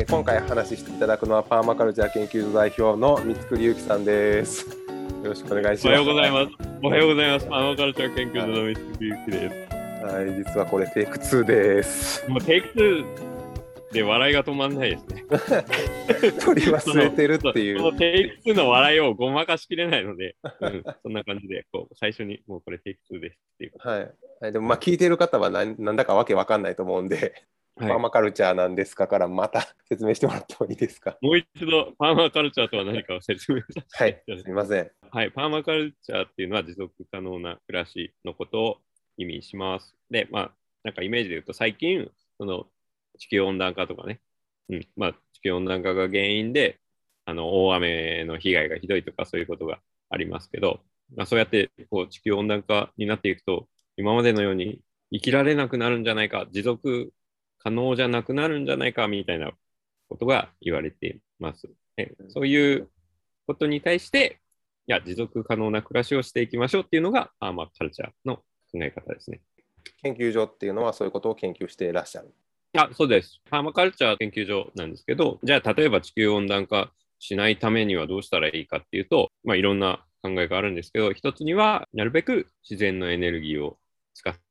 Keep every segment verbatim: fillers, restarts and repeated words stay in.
えー、今回話していただくのはパーマカルチャー研究所代表の三つくりゆきさんです。よろしくお願いします。 おはようございます。おはようございます。パーマカルチャー研究所の三つくりゆきです。 はい、実はこれテイクツーです。 もうテイクツーで笑いが止まんないですね。 取り忘れてるっていう。 そのテイクツーの笑いをごまかしきれないので、うん、そんな感じでこう最初にもうこれテイクツーですっていう。 はい。はい、でもまあ聞いてる方は何なんだかわけわかんないと思うんで、はい、パーマカルチャーなんですかからまた説明してもらってもいいですか。 もう一度パーマカルチャーとは何かを説明させて。 はい、すみません。 はい、パーマカルチャーっていうのは持続可能な暮らしのことを意味します。で、まあ、なんかイメージで言うと最近、その地球温暖化とかね、うん、まあ、地球温暖化が原因で、あの、大雨の被害がひどいとかそういうことがありますけど、まあ、そうやってこう地球温暖化になっていくと、今までのように生きられなくなるんじゃないか、持続可能じゃなくなるんじゃないかみたいなことが言われています。そういうことに対して、いや、持続可能な暮らしをしていきましょうっていうのがパーマカルチャーの考え方ですね。 研究所っていうのはそういうことを研究していらっしゃる。 あ、そうです。パーマカルチャー研究所なんですけど、じゃあ例えば地球温暖化しないためにはどうしたらいいかっていうと、まあ、いろんな考えがあるんですけど、一つにはなるべく自然のエネルギーを使って、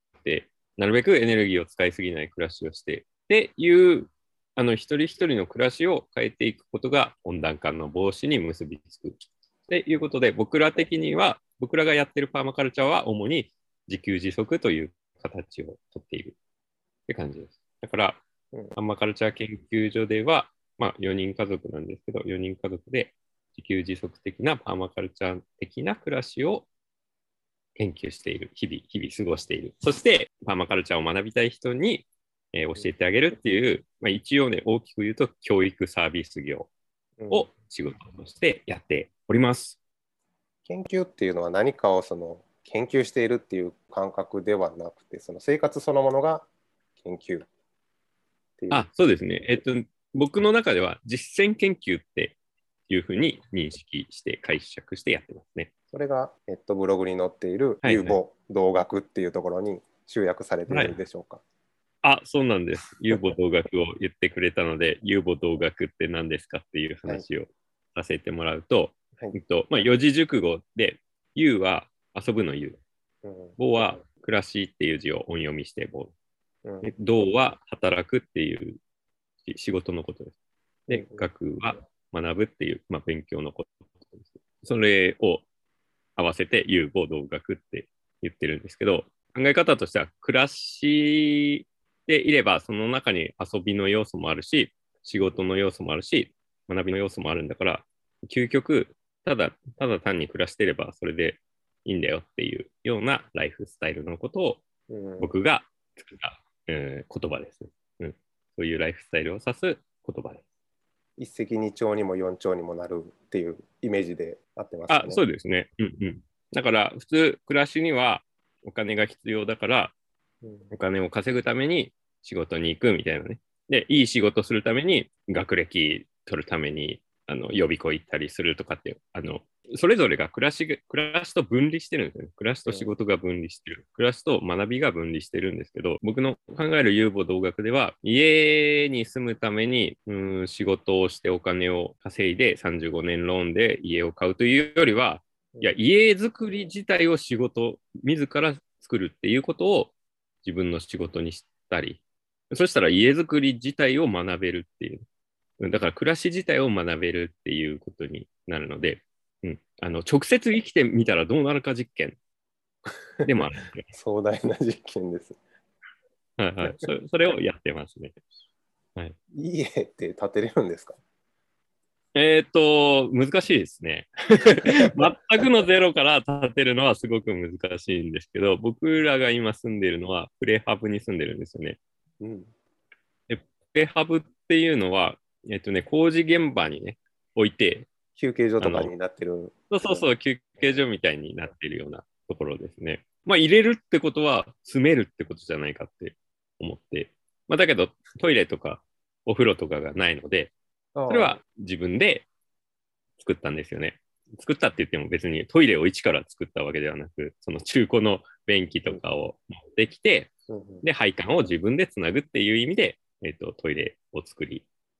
なるべくエネルギーを使いすぎない暮らしをしてっていう、あの一人一人の暮らしを変えていくことが温暖化の防止に結びつく。っていうことで、僕ら的には、僕らがやってるパーマカルチャーは主に自給自足という形をとっているって感じです。だから、パーマカルチャー研究所では、まあ、よにん家族なんですけど、よにん家族で自給自足的なパーマカルチャー的な暮らしを研究している、日々、日々過ごしている。そして、パーマカルチャーを学びたい人に、えー、教えてあげるっていう、まあ、一応ね、大きく言うと、教育サービス業を仕事としてやっております。 研究っていうのは何かをその研究しているっていう感覚ではなくて、その生活そのものが研究っていう。 あ、そうですね。えっと、僕の中では実践研究っていうふうに認識して解釈してやってますね。 それが、えっと、ブログに載っている有母同学っていうところに集約されているでしょうか。 はい、あ、そうなんです。有母同学を言ってくれたので、有母同学って何ですかっていう話をさせてもらうと、はい、えっとまあ、四字熟語で、有は遊ぶの有、うん、母は暮らしっていう字を音読みして母、うん、道は働くっていう仕事のことです。で、学は学ぶっていう、まあ、勉強のことです。それを合わせて有母同学って言ってるんですけど、考え方としては暮らしでいればその中に遊びの要素もあるし、仕事の要素もあるし、学びの要素もあるんだから、究極ただただ単に暮らしていればそれでいいんだよっていうようなライフスタイルのことを僕が作った、うん、言葉ですね、うん。そういうライフスタイルを指す言葉です。 一石二鳥にも四鳥にもなるっていうイメージで合ってますかね。 あ、そうですね。うんうん。だから普通暮らしにはお金が必要だから、うん、お金を稼ぐために仕事に行くみたいなね。で、いい仕事するために学歴取るためにあの予備校行ったりするとかって、あのそれぞれが暮らし暮らしと分離してるんですよね。暮らしと仕事が分離してる。暮らしと学びが分離してるんですけど、僕の考える有母同学では、家に住むためにうん仕事をしてお金を稼いでさんじゅうごねんローンで家を買うというよりは、いや、家づくり自体を仕事、自ら作るっていうことを自分の仕事にしたり、そしたら家づくり自体を学べるっていう。だから暮らし自体を学べるっていうことになるので、うん、あの直接生きてみたらどうなるか実験でもある。 壮大な実験です。 はいはい、そ, それをやってますね。はい、 家って建てれるんですか？ えっと、難しいですね。全くのゼロから建てるのはすごく難しいんですけど、僕らが今住んでるのはプレハブに住んでるんですよね。うん、でプレハブっていうのは、えっとね、工事現場にね、置いて、 休憩所とかになってる。 そうそうそう、休憩所みたいになってるようなところですね。まあ、入れるってことは、住めるってことじゃないかって思って。まあ、だけど、トイレとかお風呂とかがないので、それは自分で作ったんですよね。作ったって言っても別にトイレを一から作ったわけではなく、その中古の便器とかを持ってきて、で、配管を自分でつなぐっていう意味で、えっと、トイレを作り、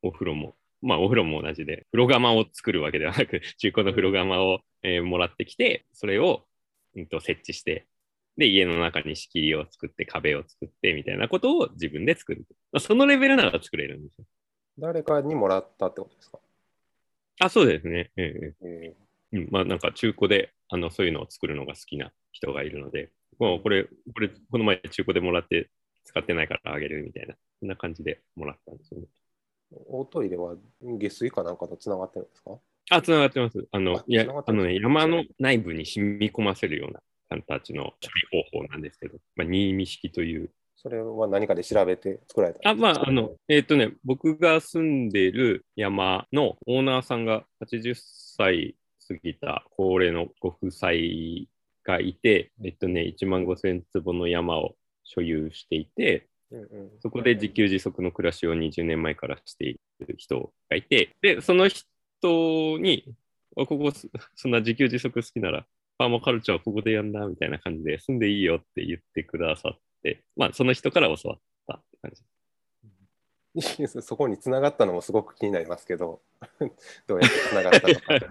お風呂も、まあお風呂も同じで、風呂釜を作るわけではなく、中古の風呂釜を、えーもらってきて、それを、うんと、設置して、で、家の中に仕切りを作って、壁を作ってみたいなことを自分で作る。まあ、そのレベルなら作れるんですよ。 誰かにもらったってことですか？ あ、そうですね。えええうん、まあなんか中古であのそういうのを作るのが好きな人がいるので、もうこれ、これ、この前中古でもらって使ってないからあげるみたいな、そんな感じでもらったんですよね。 ー、おトイレは下水かなんかとつながってるんですか？ あ、つながってます。あの、 あ、 いや、 つながってるんですあのね、山の内部に染み込ませるような形の処理方法なんですけど、まあ、新見式という。 それは何かで調べて作られたんあ、 ですか？ まあ、あの、えっとね、僕が住んでいる山のオーナーさんがはちじゅっさい過ぎた高齢のご夫妻がいて、えっとね、いちまんごせん坪の山を所有していて、 うんうんそこで自給自足の暮らしをにじゅうねんまえからしている人がいて、で、その人に、あここ、そんな自給自足好きなら、パーマカルチャーはここでやんな、みたいな感じで、住んでいいよって言ってくださって、まあ、その人から教わったって感じ。 そこに繋がったのもすごく気になりますけど、どうやって繋がったのか。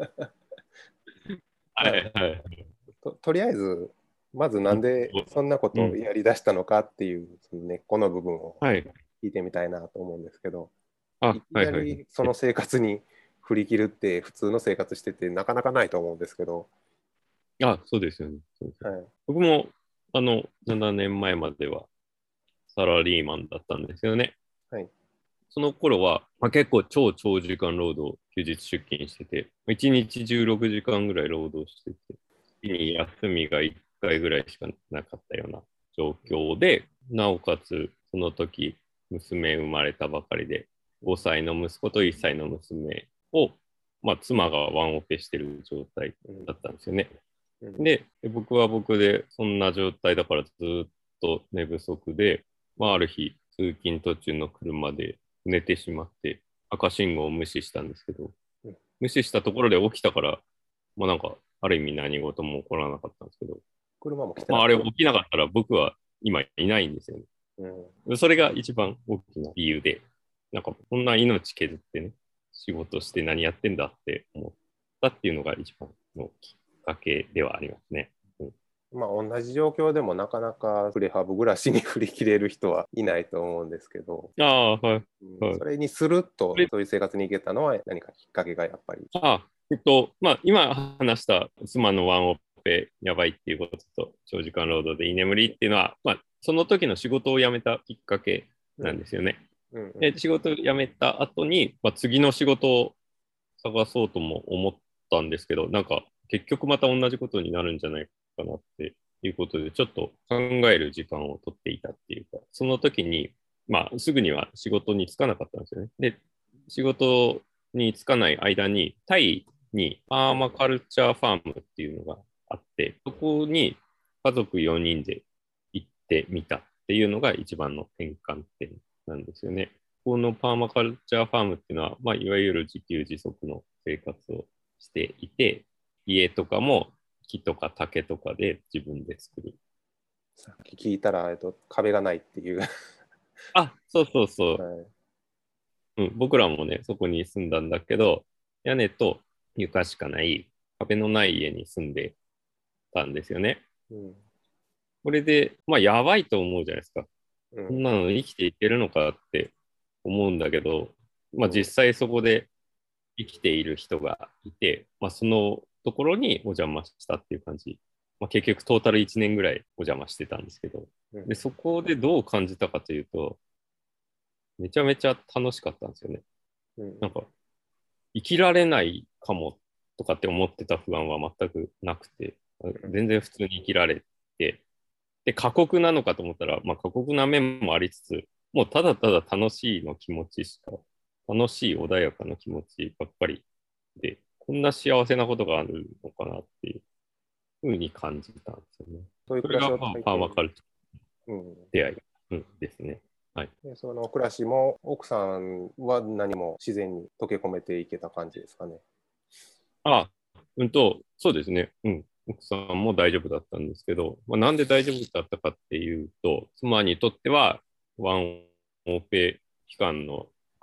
まあ、 はいはいと、とりあえず、まずなんでそんなことをうん。 やり出したのかっていう、その根っこの部分をはい。 聞いてみたいなと思うんですけど、いあ、 きなはいはいはい。 りその生活に振り切るって普通の生活しててなかなかないと思うんですけど、 あ、そうですよね。そうですよねはい。 僕も、あの、ななねんまえまえまではサラリーマンだったんですよね。 はい。 その頃は、まあ、結構超長時間労働、休日出勤してて、いちにちじゅうろくじかんぐらい労働してて、月に休みがいっかいぐらいしかなかったような状況で、なおかつ、その時、娘生まれたばかりで、ごさいの息子といっさいの娘を、まあ、妻がワンオペしてる状態だったんですよね。 うんうんで、僕は僕で、そんな状態だからずっと寝不足で、まあ、ある日、通勤途中の車で寝てしまって、赤信号を無視したんですけど、 うん無視したところで起きたから、まあなんか、ある意味何事も起こらなかったんですけど、 車も来てまあなかった。 あれ起きなかったら僕は今いないんですようんね。それが一番大きな理由で、なんかこんな命削ってね、仕事して何やってんだって思ったっていうのが一番のきっかけではありますね。うんまあ、同じ状況でもなかなかプレハブ暮らしに振り切れる人はいないと思うんですけど、 ああ、はい。 うん、 はい。 それにするとこれ、 そういう生活に行けたのは何かきっかけがやっぱり。 ああ、えっと、まあ、今話した妻のワンオペやばいっていうことと、長時間労働で居眠りっていうのは、まあ、その時の仕事を辞めたきっかけうんなんですよね。 うんうんで、仕事を辞めた後に、まあ、次の仕事を探そうとも思ったんですけど、なんか結局また同じことになるんじゃないかなっていうことで、ちょっと考える時間を取っていたっていうか、その時に、まあ、すぐには仕事に就かなかったんですよね。で、仕事に就かない間に、タイにパーマカルチャーファームっていうのがあって、そこに家族よにんで行ってみたっていうのが一番の転換点なんですよね。このパーマカルチャーファームっていうのは、まあ、いわゆる自給自足の生活をしていて、家とかも木とか竹とかで自分で作る。 さっき聞いたら、えっと、壁がないっていう。 あ、そうそうそはう。 いうん、僕らもね、そこに住んだんだけど、屋根と床しかない壁のない家に住んでたんですよね。 うんこれで、まあ、やばいと思うじゃないですか。 うんこんなの生きていけるのかって思うんだけど、まあ、 うん実際そこで生きている人がいて、まあ、そのところにお邪魔したっていう感じ。まあ、結局トータルいちねんぐらいお邪魔してたんですけど、 うんで、そこでどう感じたかというと、めちゃめちゃ楽しかったんですよね。 うんなんか、生きられないかもとかって思ってた不安は全くなくて、全然普通に生きられて、で、過酷なのかと思ったら、まあ、過酷な面もありつつ、もうただただ楽しいの気持ちしか、楽しい穏やかな気持ちばっかりで、こんな幸せなことがあるのかなっていうふうに感じたんですよね。 そういう暮らしをそれが、まあ、パーマ体験、 カルチャーうん、 出会い、うん、ですね。はい。 でその暮らしも奥さんは何も自然に溶け込めていけた感じですかね。 あ、うんと、そうですね。うん。奥さんも大丈夫だったんですけど、まあ、なんで大丈夫だったかっていうと、妻にとっては、ワンオペ期間の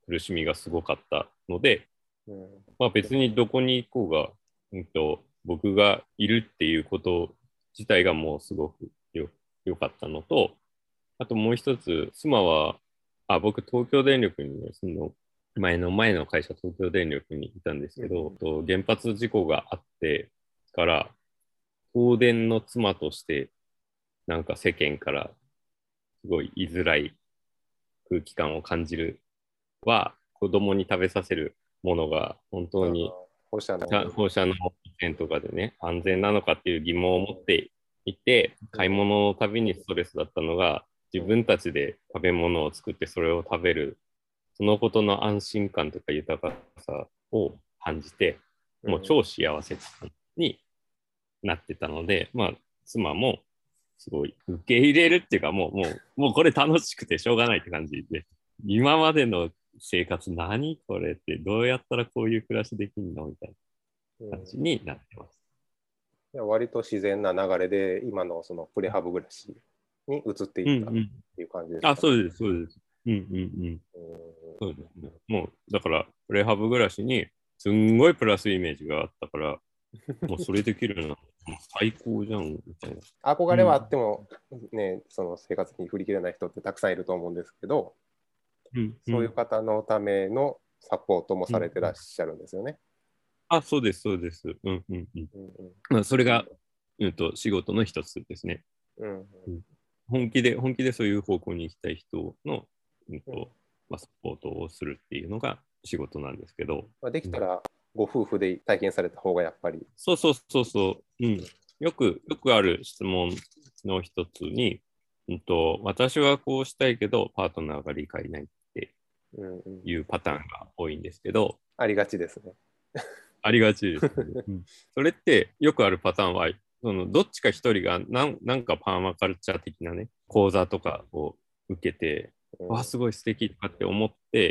苦しみがすごかったので、 うん、 まあ、別にどこに行こうが、うんと、僕がいるっていうこと自体がもうすごくよ、良かったのと、あともう一つ、妻は、あ、僕東京電力にね、その前の前の会社東京電力にいたんですけど、と原発事故があってから、東電の妻としてなんか世間からすごい居づらい空気感を感じるは、子供に食べさせるものが本当に放射能放射能汚染とかでね、安全なのかっていう疑問を持っていて、買い物のたびにストレスだったのが、自分たちで食べ物を作ってそれを食べる、そのことの安心感とか豊かさを感じて、もう超幸せになってたので、まあ、妻もすごい受け入れるっていうか、もう、もう、もうこれ楽しくてしょうがないって感じで、今までの生活何これってどうやったらこういう暮らしできるのみたいな感じになってます。 うん、割と自然な流れで今のそのプレハブ暮らしに移っていったっていう感じですか、ね、 うんうん、あ、そうです、そうです。うんうんうん。そうですね。もう、だから、プレハブ暮らしにすんごいプラスイメージがあったから、もうそれできるのは最高じゃんみたいな。 憧れはあっても、ね、その生活に振り切れない人ってたくさんいると思うんですけど、うんうん、そういう方のためのサポートもされてらっしゃるんですよね。 うん、あ、そうです、そうです。うんうんうん。うんうんまあ、それが、うんと、仕事の一つですね。うんうん、本気で、本気でそういう方向に行きたい人の、うんとうんまあ、サポートをするっていうのが仕事なんですけど。 できたら、ご夫婦で体験された方がやっぱり。 そうそうそうそう。うん。よく、よくある質問の一つに、うんと、私はこうしたいけど、パートナーが理解ないっていうパターンが多いんですけど。うんうん、 ありがちですね。 ありがちです、ねうん。それってよくあるパターンは、そのどっちか一人がなんなんかパーマカルチャー的なね、講座とかを受けて、うん、わあ、すごい素敵とかって思って、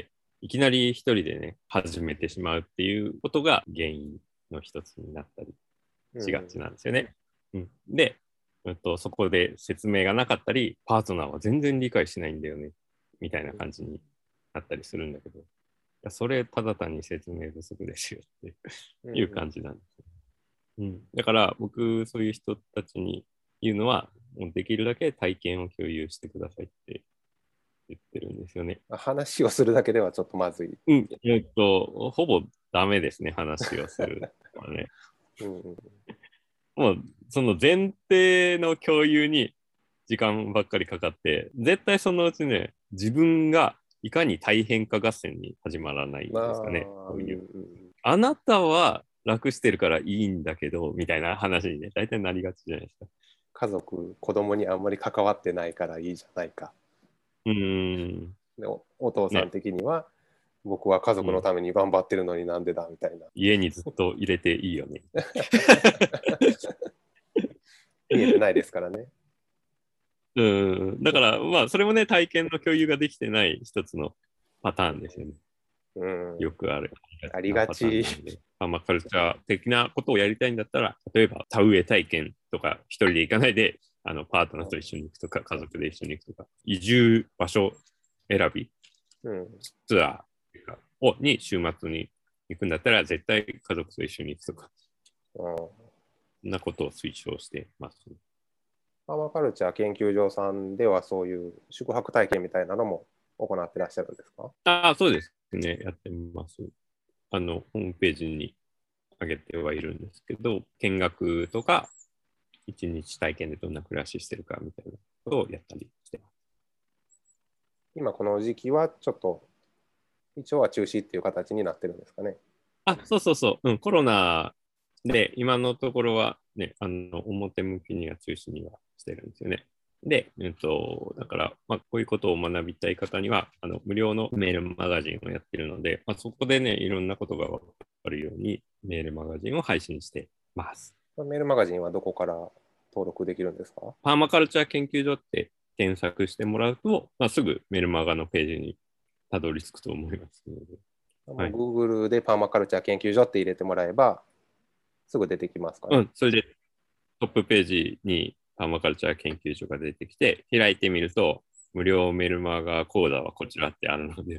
いきなり一人でね、始めてしまうっていうことが原因の一つになったりしがちなんですよね。うん、うん、で、えっと、そこで説明がなかったり、パートナーは全然理解しないんだよね、みたいな感じになったりするんだけど、それただ単に説明不足ですよっていう感じなんです、うんうん。だから僕、そういう人たちに言うのは、もうできるだけ体験を共有してくださいって言ってるんですよね。 話をするだけではちょっとまずい。 うん、えっと、ほぼダメですね、話をするのはね。うんうん、もう、その前提の共有に時間ばっかりかかって、絶対そのうちね、自分がいかに大変か合戦に始まらないんですかね。そういう。うんうん、あなたは楽してるからいいんだけど、みたいな話にね、大体なりがちじゃないですか。 家族、子供にあんまり関わってないからいいじゃないか。 うーん。 で お, お父さん的には、ね、僕は家族のために頑張ってるのになんでだみたいな。 家にずっと入れていいよね。 見えてないですからね。 うん。だから、まあ、それもね、体験の共有ができてない一つのパターンですよね。うん、よくある。 ありがち。 パーマカルチャー的なことをやりたいんだったら、例えば田植え体験とか一人で行かないで、あのパートナーと一緒に行くとか、家族で一緒に行くとか、移住場所選び、うん、ツアーをに週末に行くんだったら、絶対家族と一緒に行くとか、うん、そんなことを推奨してます。 パーマカルチャー研究所さんではそういう宿泊体験みたいなのも行ってらっしゃるんですか？ ああ、そうですね。やってます。あの、ホームページに上げてはいるんですけど、見学とか、一日体験でどんな暮らししてるかみたいなことをやったりしてます。 今この時期はちょっと、一応は中止っていう形になってるんですかね。 あ、そうそうそう。うん、コロナで、今のところはね、あの、表向きには中止にはしてるんですよね。で、えっと、だから、まあ、こういうことを学びたい方には、あの、無料のメールマガジンをやってるので、まあ、そこでね、いろんなことがわかるように、メールマガジンを配信してます。 メールマガジンはどこから登録できるんですか？ パーマカルチャー研究所って検索してもらうと、まあ、すぐメルマガのページにたどり着くと思いますので。 はい、Google でパーマカルチャー研究所って入れてもらえば、すぐ出てきますから、 ね。うん、それでトップページにパーマカルチャー研究所が出てきて、開いてみると、無料メルマガ講座はこちらってあるので、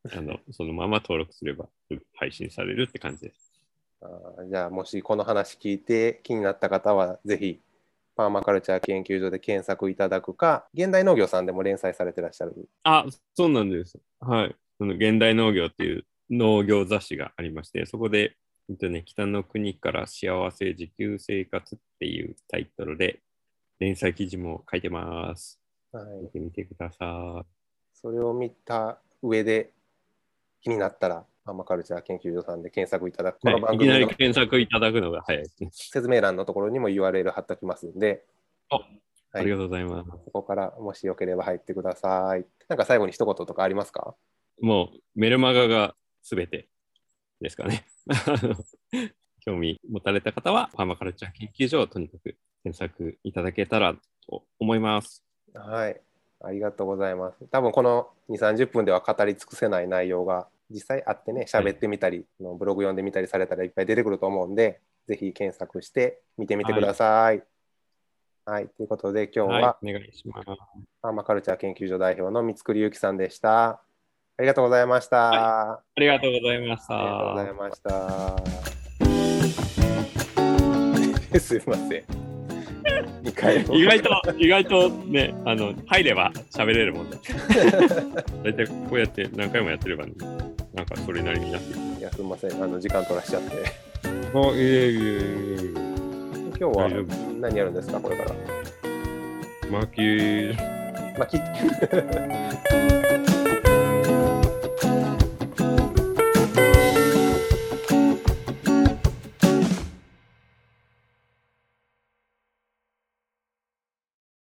あのそのまま登録すれば配信されるって感じです。 あじゃあもしこの話聞いて気になった方はぜひパーマカルチャー研究所で検索いただくか、現代農業さんでも連載されてらっしゃる。 あ、そうなんです。はい。その現代農業っていう農業雑誌がありまして、そこで、えっとね、北の国から幸せ自給生活っていうタイトルで連載記事も書いてます。はい、見てみてください。 それを見た上で気になったら、パーマカルチャー研究所さんで検索いただく。この番組の、 はい、いきなり検索いただくのが早いですね。 説明欄のところにも ユーアールエル 貼っておきますんで。 あ、はい、ありがとうございます。 そこからもしよければ入ってください。なんか最後に一言とかありますか？ もうメルマガがすべてですかね。興味持たれた方は、パーマカルチャー研究所をとにかく検索いただけたらと思います。 はい。ありがとうございます。多分このに、さんじゅっぷんでは語り尽くせない内容が実際あってね、喋ってみたり、はい、ブログ読んでみたりされたらいっぱい出てくると思うんで、ぜひ検索して見てみてください。はい。はい、ということで今日は、 はい、お願いします。 パーマカルチャー研究所代表の三栗ゆきさんでした。ありがとうございました。 はい、ありがとうございました。 ありがとうございました。すいません。にかい意外と、意外とね、あの入れば喋れるもんだ。大体こうやって何回もやってれば、ね、なんかそれなりになってる。 いや、すみません。あの時間取らしちゃって。 あ、いえいえいえ。 今日は何やるんですか、これから。 巻き。 巻き。